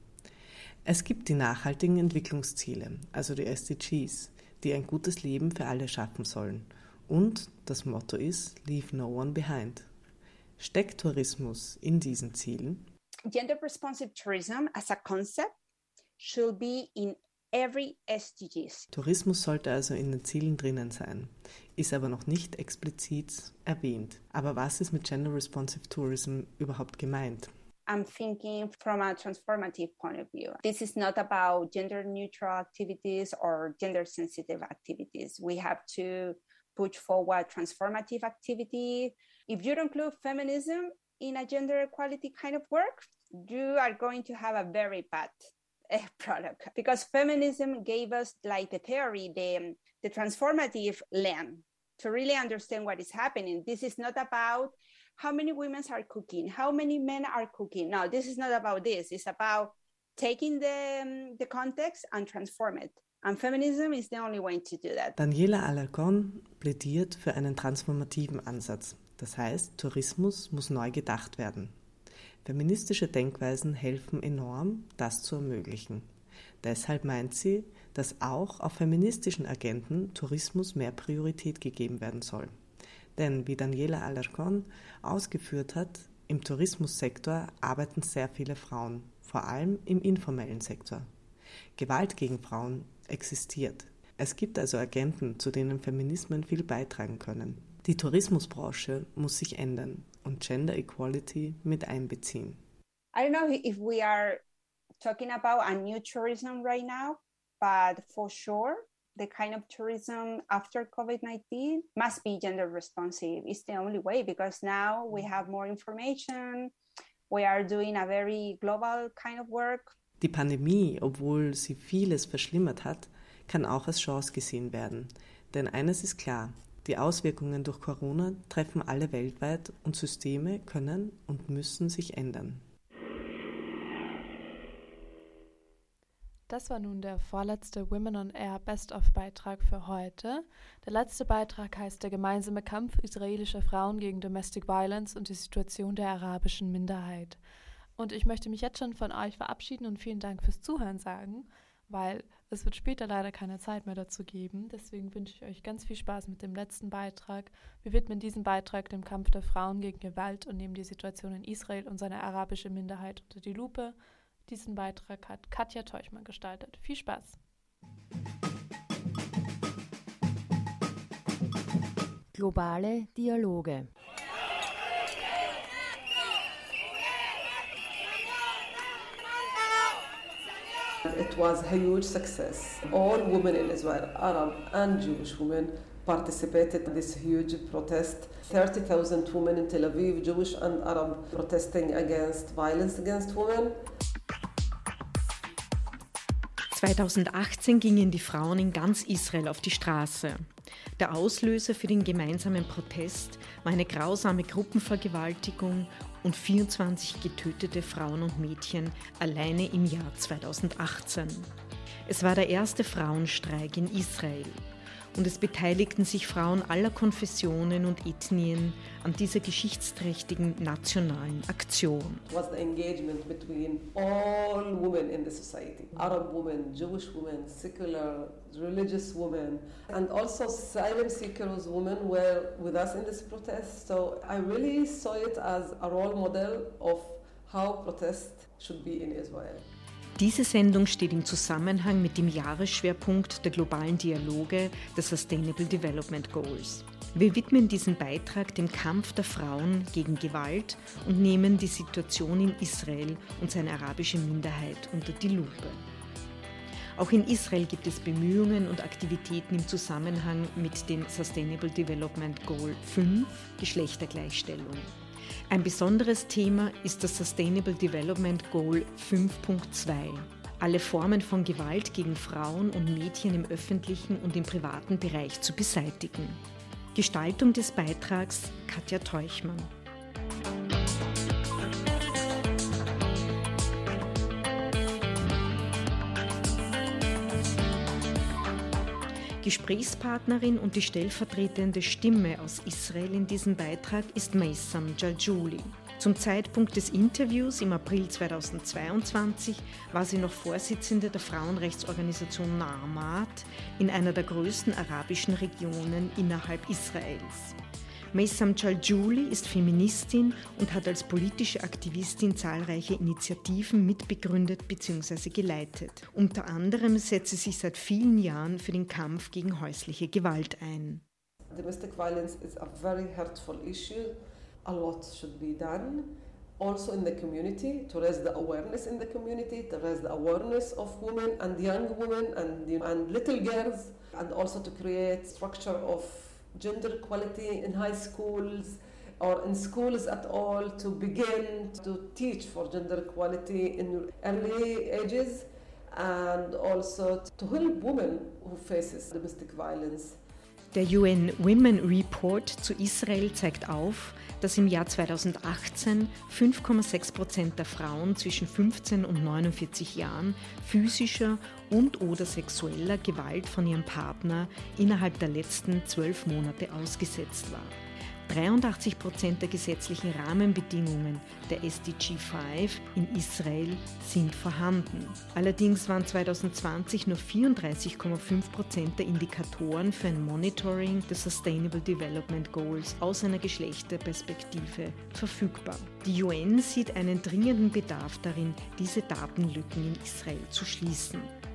Es gibt die nachhaltigen Entwicklungsziele, also die SDGs, die ein gutes Leben für alle schaffen sollen. Und das Motto ist, leave no one behind. Steckt Tourismus in diesen Zielen? Gender-responsive tourism as a concept should be in every SDGs. Tourismus sollte also in den Zielen drinnen sein, ist aber noch nicht explizit erwähnt. Aber was ist mit Gender-responsive tourism überhaupt gemeint? I'm thinking from a transformative point of view. This is not about gender-neutral activities or gender-sensitive activities. We have to put forward transformative activity. If you don't include feminism in a gender equality kind of work, you are going to have a very bad product. Because feminism gave us like the theory, the transformative lens to really understand what is happening. This is not about how many women are cooking, how many men are cooking. No, this is not about this. It's about taking the context and transform it. And feminism is the only way to do that. Daniela Alarcón plädiert für einen transformativen Ansatz. Das heißt, Tourismus muss neu gedacht werden. Feministische Denkweisen helfen enorm, das zu ermöglichen. Deshalb meint sie, dass auch auf feministischen Agenten Tourismus mehr Priorität gegeben werden soll. Denn wie Daniela Alarcón ausgeführt hat, im Tourismussektor arbeiten sehr viele Frauen, vor allem im informellen Sektor. Gewalt gegen Frauen existiert. Es gibt also Agenten, zu denen Feminismen viel beitragen können. Die Tourismusbranche muss sich ändern und Gender Equality mit einbeziehen. I don't know if we are talking about a new tourism right now, but for sure, the kind of tourism after COVID-19 must be gender responsive. It's the only way because now we have more information. We are doing a very global kind of work. Die Pandemie, obwohl sie vieles verschlimmert hat, kann auch als Chance gesehen werden. Denn eines ist klar, die Auswirkungen durch Corona treffen alle weltweit und Systeme können und müssen sich ändern. Das war nun der vorletzte Women on Air Best-of-Beitrag für heute. Der letzte Beitrag heißt Der gemeinsame Kampf israelischer Frauen gegen Domestic Violence und die Situation der arabischen Minderheit. Und ich möchte mich jetzt schon von euch verabschieden und vielen Dank fürs Zuhören sagen, weil es wird später leider keine Zeit mehr dazu geben. Deswegen wünsche ich euch ganz viel Spaß mit dem letzten Beitrag. Wir widmen diesen Beitrag dem Kampf der Frauen gegen Gewalt und nehmen die Situation in Israel und seine arabische Minderheit unter die Lupe. Diesen Beitrag hat Katja Teuchmann gestaltet. Viel Spaß! Globale Dialoge. It was a huge success. All women in Israel, Arab and Jewish women, participated in this huge protest. 30,000 women in Tel Aviv, Jewish and Arab, protesting against violence against women. 2018 gingen die Frauen in ganz Israel auf die Straße. Der Auslöser für den gemeinsamen Protest war eine grausame Gruppenvergewaltigung und 24 getötete Frauen und Mädchen alleine im Jahr 2018. Es war der erste Frauenstreik in Israel und es beteiligten sich Frauen aller Konfessionen und Ethnien an dieser geschichtsträchtigen nationalen Aktion. It was the engagement between all women in the society, Arab women, Jewish women, secular, religious women, and also asylum seekers women were with us in this protest. So I really saw it as a role model of how protest should be in Israel. Diese Sendung steht im Zusammenhang mit dem Jahresschwerpunkt der globalen Dialoge der Sustainable Development Goals. Wir widmen diesen Beitrag dem Kampf der Frauen gegen Gewalt und nehmen die Situation in Israel und seine arabische Minderheit unter die Lupe. Auch in Israel gibt es Bemühungen und Aktivitäten im Zusammenhang mit dem Sustainable Development Goal 5, Geschlechtergleichstellung. Ein besonderes Thema ist das Sustainable Development Goal 5.2. Alle Formen von Gewalt gegen Frauen und Mädchen im öffentlichen und im privaten Bereich zu beseitigen. Gestaltung des Beitrags Katja Teuchmann. Gesprächspartnerin und die stellvertretende Stimme aus Israel in diesem Beitrag ist Meissam Jaljouli. Zum Zeitpunkt des Interviews im April 2022 war sie noch Vorsitzende der Frauenrechtsorganisation Na'amat in einer der größten arabischen Regionen innerhalb Israels. Meissam Jaljouli ist Feministin und hat als politische Aktivistin zahlreiche Initiativen mitbegründet bzw. geleitet. Unter anderem setzt sie sich seit vielen Jahren für den Kampf gegen häusliche Gewalt ein. Domestic violence is a very hurtful issue. A lot should be done. Also in the community, to raise the awareness in the community, to raise the awareness of women and young women and little girls, and also to create structure of gender equality in high schools or in schools at all, to begin to teach for gender equality in early ages, and also to help women who faces domestic violence. Der UN Women Report zu Israel zeigt auf, dass im Jahr 2018 5,6% der Frauen zwischen 15 und 49 Jahren physischer und/oder sexueller Gewalt von ihrem Partner innerhalb der letzten 12 Monate ausgesetzt war. 83% der gesetzlichen Rahmenbedingungen der SDG 5 in Israel sind vorhanden. Allerdings waren 2020 nur 34,5% der Indikatoren für ein Monitoring der Sustainable Development Goals aus einer Geschlechterperspektive verfügbar. Die UN sieht einen dringenden Bedarf darin, diese Datenlücken in Israel zu schließen.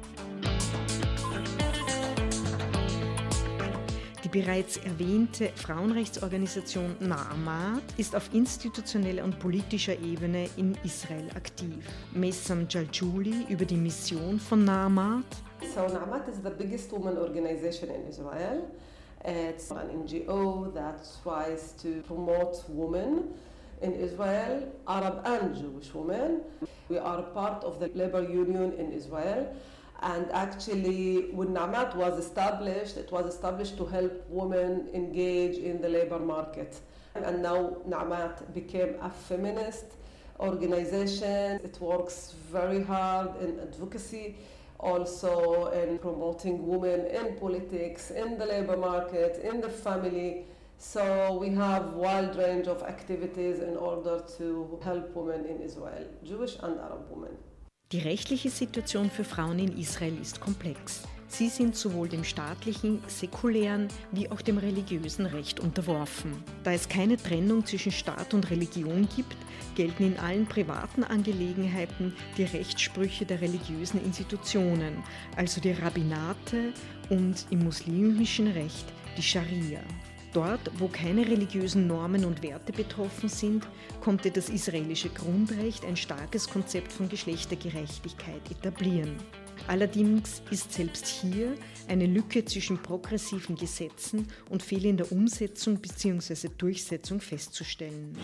Die bereits erwähnte Frauenrechtsorganisation Na'amat ist auf institutioneller und politischer Ebene in Israel aktiv. Meissam Jaljouli über die Mission von Na'amat. So Na'amat is the biggest women organization in Israel. It's an NGO that tries to promote women in Israel, Arab and Jewish women. We are part of the labor union in Israel. And actually, when Na'amat was established, it was established to help women engage in the labor market. And now Na'amat became a feminist organization. It works very hard in advocacy, also in promoting women in politics, in the labor market, in the family. So we have a wide range of activities in order to help women in Israel, Jewish and Arab women. Die rechtliche Situation für Frauen in Israel ist komplex. Sie sind sowohl dem staatlichen, säkulären wie auch dem religiösen Recht unterworfen. Da es keine Trennung zwischen Staat und Religion gibt, gelten in allen privaten Angelegenheiten die Rechtssprüche der religiösen Institutionen, also die Rabbinate, und im muslimischen Recht die Scharia. Dort, wo keine religiösen Normen und Werte betroffen sind, konnte das israelische Grundrecht ein starkes Konzept von Geschlechtergerechtigkeit etablieren. Allerdings ist selbst hier eine Lücke zwischen progressiven Gesetzen und fehlender Umsetzung bzw. Durchsetzung festzustellen.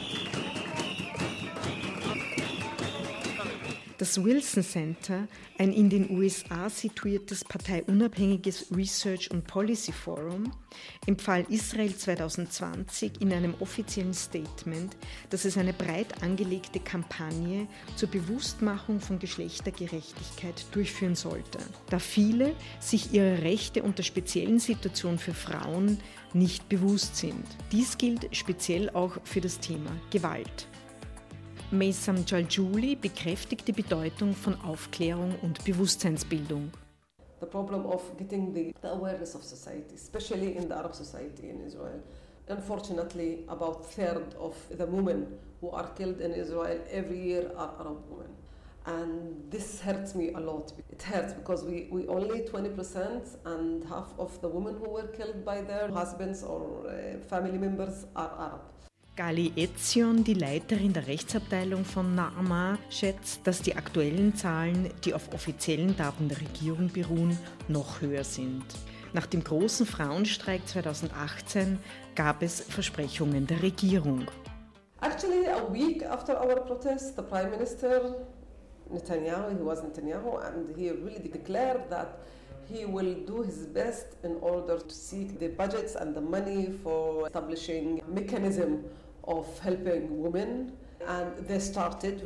Das Wilson Center, ein in den USA situiertes parteiunabhängiges Research- und Policy Forum, empfahl Israel 2020 in einem offiziellen Statement, dass es eine breit angelegte Kampagne zur Bewusstmachung von Geschlechtergerechtigkeit durchführen sollte, da viele sich ihrer Rechte und der speziellen Situation für Frauen nicht bewusst sind. Dies gilt speziell auch für das Thema Gewalt. Meysam Jaljouli bekräftigt die Bedeutung von Aufklärung und Bewusstseinsbildung. The problem of getting the awareness of society, especially in the Arab society in Israel. Unfortunately, about a third of the women who are killed in Israel every year are Arab women. And this hurts me a lot. It hurts because we only 20% and half of the women who were killed by their husbands or family members are Arab. Gali Etzion, die Leiterin der Rechtsabteilung von Naama, schätzt, dass die aktuellen Zahlen, die auf offiziellen Daten der Regierung beruhen, noch höher sind. Nach dem großen Frauenstreik 2018 gab es Versprechungen der Regierung. Actually, a week after our protest, the Prime Minister Netanyahu, he was Netanyahu, and he really declared that he will do his best in order to seek the budgets and the money for establishing a mechanism of helping women. And they started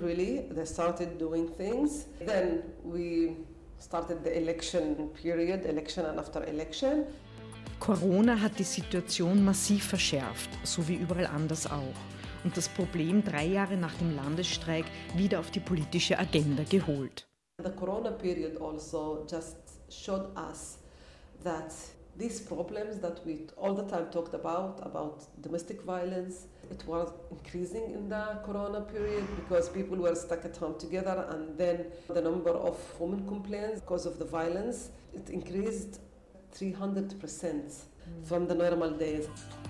doing things. Then we started the election period, election and after election. Corona hat die Situation massiv verschärft, so wie überall anders auch. Und das Problem 3 Jahre nach dem Landesstreik wieder auf die politische Agenda geholt. The Corona period also just showed us that these problems that we all the time talked about domestic violence, it was increasing in the Corona period because people were stuck at home together, and then the number of women complaints because of the violence, it increased 300% from the normal days.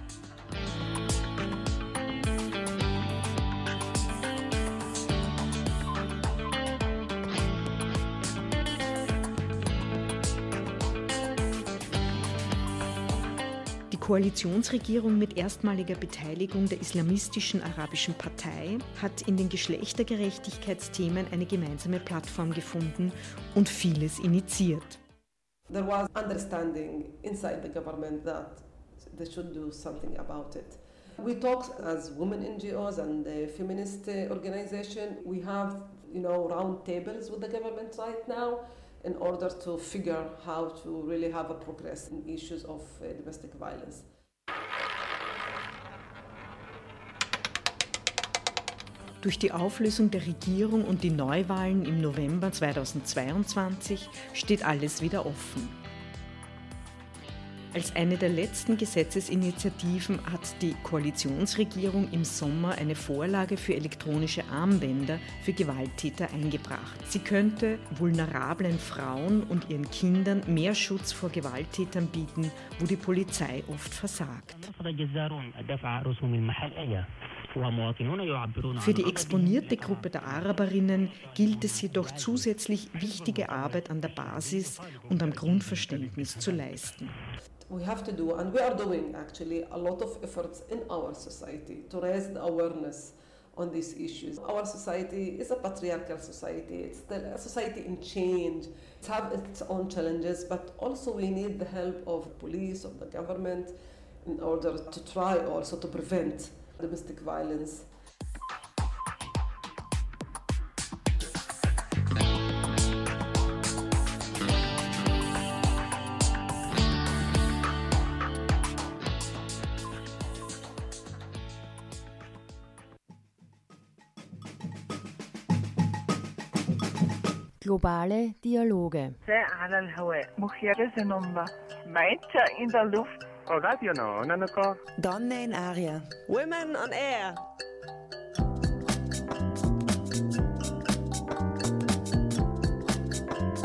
Die Koalitionsregierung mit erstmaliger Beteiligung der Islamistischen Arabischen Partei hat in den Geschlechtergerechtigkeitsthemen eine gemeinsame Plattform gefunden und vieles initiiert. There was understanding inside the government that they should do something about it. We talk as women NGOs and the feminist organization. We have, round tables with the government right now in order to figure how to really have a progress in issues of domestic violence. Durch die Auflösung der Regierung und die Neuwahlen im November 2022 steht alles wieder offen. Als eine der letzten Gesetzesinitiativen hat die Koalitionsregierung im Sommer eine Vorlage für elektronische Armbänder für Gewalttäter eingebracht. Sie könnte vulnerablen Frauen und ihren Kindern mehr Schutz vor Gewalttätern bieten, wo die Polizei oft versagt. Für die exponierte Gruppe der Araberinnen gilt es jedoch zusätzlich, wichtige Arbeit an der Basis und am Grundverständnis zu leisten. We have to do, and we are doing actually, a lot of efforts in our society to raise the awareness on these issues. Our society is a patriarchal society. It's a society in change. It has its own challenges, but also we need the help of police, of the government, in order to try also to prevent domestic violence. Globale Dialoge. على الهواء مخيرة نمبة ميتة in der Luft. Donne in Aria. Women on Air.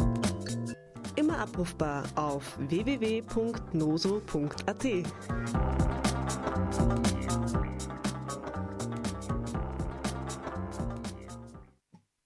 Immer abrufbar auf www.noso.at.